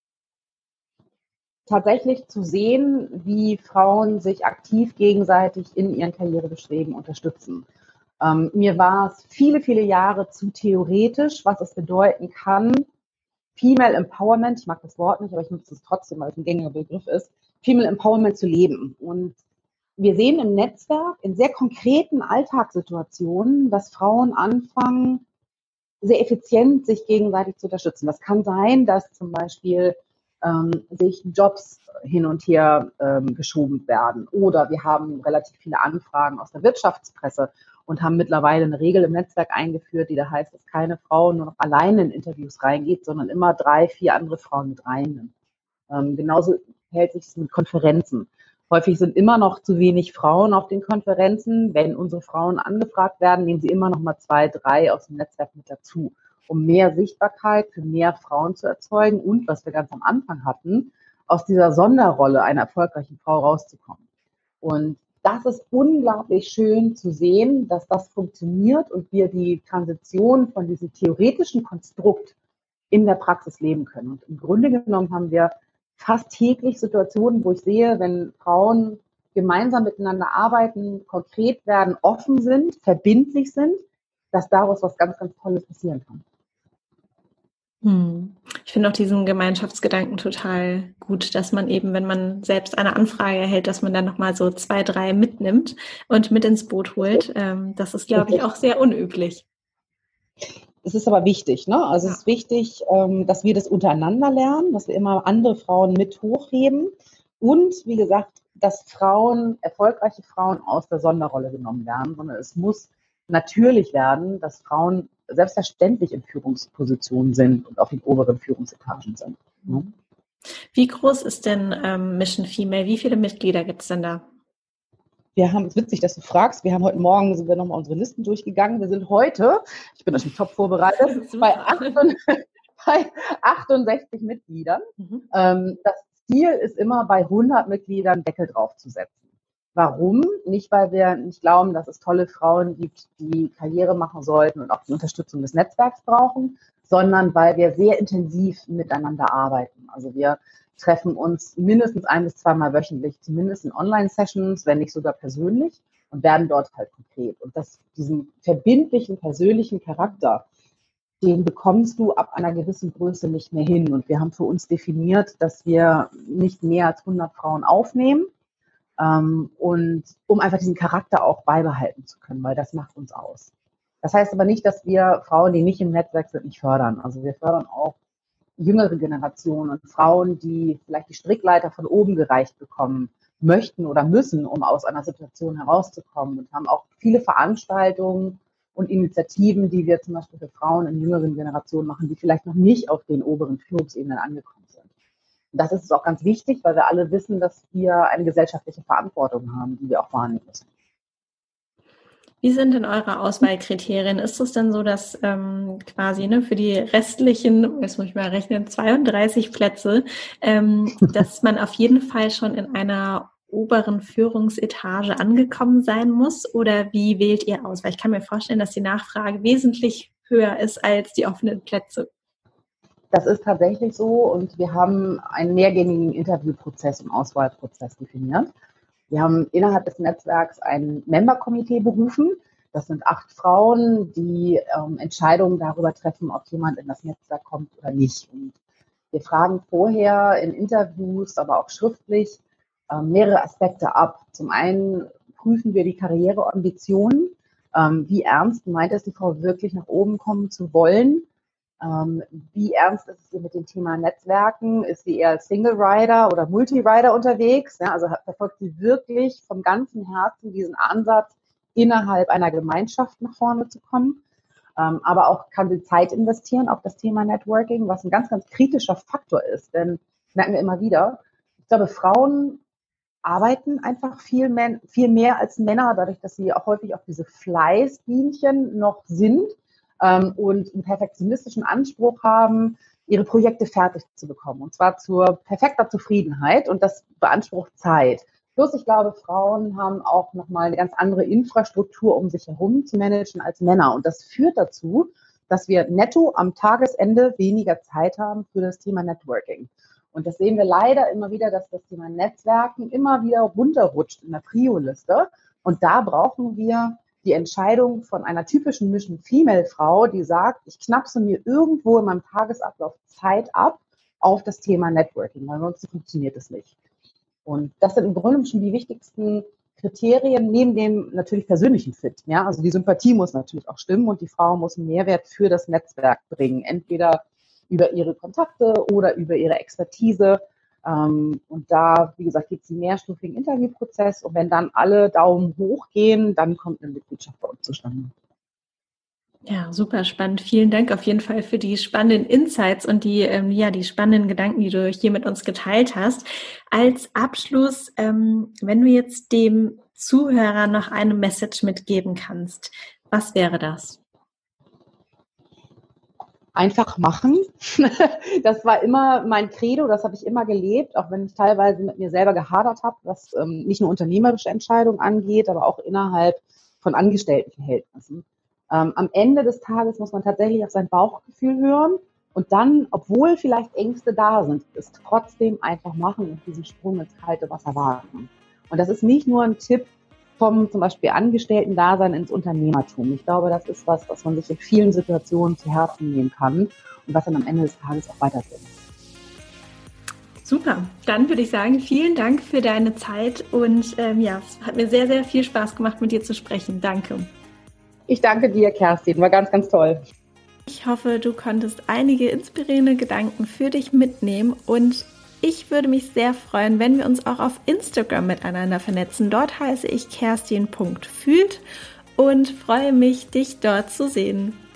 Tatsächlich zu sehen, wie Frauen sich aktiv gegenseitig in ihren Karrierebestreben unterstützen. Ähm, mir war es viele, viele Jahre zu theoretisch, was es bedeuten kann, Female Empowerment, ich mag das Wort nicht, aber ich nutze es trotzdem, weil es ein gängiger Begriff ist, Female Empowerment zu leben. Und wir sehen im Netzwerk in sehr konkreten Alltagssituationen, dass Frauen anfangen, sehr effizient sich gegenseitig zu unterstützen. Das kann sein, dass zum Beispiel ähm, sich Jobs hin und her ähm, geschoben werden. Oder wir haben relativ viele Anfragen aus der Wirtschaftspresse und haben mittlerweile eine Regel im Netzwerk eingeführt, die da heißt, dass keine Frau nur noch alleine in Interviews reingeht, sondern immer drei, vier andere Frauen mit reinnimmt. Ähm, genauso hält sich es mit Konferenzen. Häufig sind immer noch zu wenig Frauen auf den Konferenzen. Wenn unsere Frauen angefragt werden, nehmen sie immer noch mal zwei, drei aus dem Netzwerk mit dazu, um mehr Sichtbarkeit für mehr Frauen zu erzeugen und, was wir ganz am Anfang hatten, aus dieser Sonderrolle einer erfolgreichen Frau rauszukommen. Und das ist unglaublich schön zu sehen, dass das funktioniert und wir die Transition von diesem theoretischen Konstrukt in der Praxis leben können. Und im Grunde genommen haben wir fast täglich Situationen, wo ich sehe, wenn Frauen gemeinsam miteinander arbeiten, konkret werden, offen sind, verbindlich sind, dass daraus was ganz, ganz Tolles passieren kann. Hm. Ich finde auch diesen Gemeinschaftsgedanken total gut, dass man eben, wenn man selbst eine Anfrage erhält, dass man dann nochmal so zwei, drei mitnimmt und mit ins Boot holt. Ähm, das ist, glaube ich, auch sehr unüblich. Es ist aber wichtig, ne? Also Ja. es ist wichtig, ähm, dass wir das untereinander lernen, dass wir immer andere Frauen mit hochheben und, wie gesagt, dass Frauen, erfolgreiche Frauen aus der Sonderrolle genommen werden, sondern es muss natürlich werden, dass Frauen selbstverständlich in Führungspositionen sind und auf den oberen Führungsetagen sind. Ne? Wie groß ist denn ähm, Mission Female? Wie viele Mitglieder gibt es denn da? Wir haben, es ist witzig, dass du fragst, wir haben heute Morgen, sind wir nochmal unsere Listen durchgegangen. Wir sind heute, ich bin natürlich top vorbereitet, bei, bei achtundsechzig Mitgliedern. Mhm. Ähm, das Ziel ist immer, bei hundert Mitgliedern Deckel draufzusetzen. Warum? Nicht, weil wir nicht glauben, dass es tolle Frauen gibt, die Karriere machen sollten und auch die Unterstützung des Netzwerks brauchen, sondern weil wir sehr intensiv miteinander arbeiten. Also wir treffen uns mindestens ein- bis zweimal wöchentlich, zumindest in Online-Sessions, wenn nicht sogar persönlich, und werden dort halt konkret. Und das, diesen verbindlichen, persönlichen Charakter, den bekommst du ab einer gewissen Größe nicht mehr hin. Und wir haben für uns definiert, dass wir nicht mehr als hundert Frauen aufnehmen, ähm, und um einfach diesen Charakter auch beibehalten zu können, weil das macht uns aus. Das heißt aber nicht, dass wir Frauen, die nicht im Netzwerk sind, nicht fördern. Also wir fördern auch jüngere Generationen und Frauen, die vielleicht die Strickleiter von oben gereicht bekommen möchten oder müssen, um aus einer Situation herauszukommen, und haben auch viele Veranstaltungen und Initiativen, die wir zum Beispiel für Frauen in jüngeren Generationen machen, die vielleicht noch nicht auf den oberen Führungsebenen angekommen sind. Und das ist auch ganz wichtig, weil wir alle wissen, dass wir eine gesellschaftliche Verantwortung haben, die wir auch wahrnehmen müssen. Wie sind denn eure Auswahlkriterien? Ist es denn so, dass ähm, quasi ne, für die restlichen, jetzt muss ich mal rechnen, zweiunddreißig Plätze, ähm, dass man auf jeden Fall schon in einer oberen Führungsetage angekommen sein muss? Oder wie wählt ihr aus? Weil ich kann mir vorstellen, dass die Nachfrage wesentlich höher ist als die offenen Plätze. Das ist tatsächlich so, und wir haben einen mehrgängigen Interviewprozess und Auswahlprozess definiert. Wir haben innerhalb des Netzwerks ein Member-Komitee berufen. Das sind acht Frauen, die ähm, Entscheidungen darüber treffen, ob jemand in das Netzwerk kommt oder nicht. Und wir fragen vorher in Interviews, aber auch schriftlich, äh, mehrere Aspekte ab. Zum einen prüfen wir die Karriereambitionen. Ähm, wie ernst meint es die Frau wirklich, nach oben kommen zu wollen? Ähm, wie ernst ist es ihr mit dem Thema Netzwerken? Ist sie eher als Single Rider oder Multi-Rider unterwegs? Ja, also verfolgt sie wirklich vom ganzen Herzen diesen Ansatz, innerhalb einer Gemeinschaft nach vorne zu kommen? Ähm, aber auch kann sie Zeit investieren auf das Thema Networking, was ein ganz, ganz kritischer Faktor ist. Denn, das merken wir immer wieder, ich glaube, Frauen arbeiten einfach viel mehr, viel mehr als Männer, dadurch, dass sie auch häufig auf diese Fleißbienchen noch sind, und einen perfektionistischen Anspruch haben, ihre Projekte fertig zu bekommen. Und zwar zur perfekter Zufriedenheit. Und das beansprucht Zeit. Plus, ich glaube, Frauen haben auch nochmal eine ganz andere Infrastruktur, um sich herum zu managen als Männer. Und das führt dazu, dass wir netto am Tagesende weniger Zeit haben für das Thema Networking. Und das sehen wir leider immer wieder, dass das Thema Netzwerken immer wieder runterrutscht in der Prio-Liste. Und da brauchen wir die Entscheidung von einer typischen Mission-Female-Frau, die sagt, ich knapse mir irgendwo in meinem Tagesablauf Zeit ab auf das Thema Networking, weil sonst funktioniert es nicht. Und das sind im Grunde schon die wichtigsten Kriterien, neben dem natürlich persönlichen Fit. Ja, also die Sympathie muss natürlich auch stimmen und die Frau muss einen Mehrwert für das Netzwerk bringen, entweder über ihre Kontakte oder über ihre Expertise. Um, und da, wie gesagt, gibt es einen mehrstufigen Interviewprozess. Und wenn dann alle Daumen hoch gehen, dann kommt eine Mitgliedschaft bei uns zustande. Ja, super spannend. Vielen Dank auf jeden Fall für die spannenden Insights und die, ähm, ja, die spannenden Gedanken, die du hier mit uns geteilt hast. Als Abschluss, ähm, wenn du jetzt dem Zuhörer noch eine Message mitgeben kannst, was wäre das? Einfach machen. Das war immer mein Credo, das habe ich immer gelebt, auch wenn ich teilweise mit mir selber gehadert habe, was ähm, nicht nur unternehmerische Entscheidungen angeht, aber auch innerhalb von Angestelltenverhältnissen. Ähm, am Ende des Tages muss man tatsächlich auf sein Bauchgefühl hören und dann, obwohl vielleicht Ängste da sind, es trotzdem einfach machen und diesen Sprung ins kalte Wasser wagen. Und das ist nicht nur ein Tipp vom zum Beispiel Angestellten-Dasein ins Unternehmertum. Ich glaube, das ist was, was man sich in vielen Situationen zu Herzen nehmen kann. Und und was dann am Ende des Tages auch weiterbringt. Super, dann würde ich sagen, vielen Dank für deine Zeit und ähm, ja, es hat mir sehr, sehr viel Spaß gemacht, mit dir zu sprechen. Danke. Ich danke dir, Kerstin, war ganz, ganz toll. Ich hoffe, du konntest einige inspirierende Gedanken für dich mitnehmen und ich würde mich sehr freuen, wenn wir uns auch auf Instagram miteinander vernetzen. Dort heiße ich kerstin punkt fühlt und freue mich, dich dort zu sehen.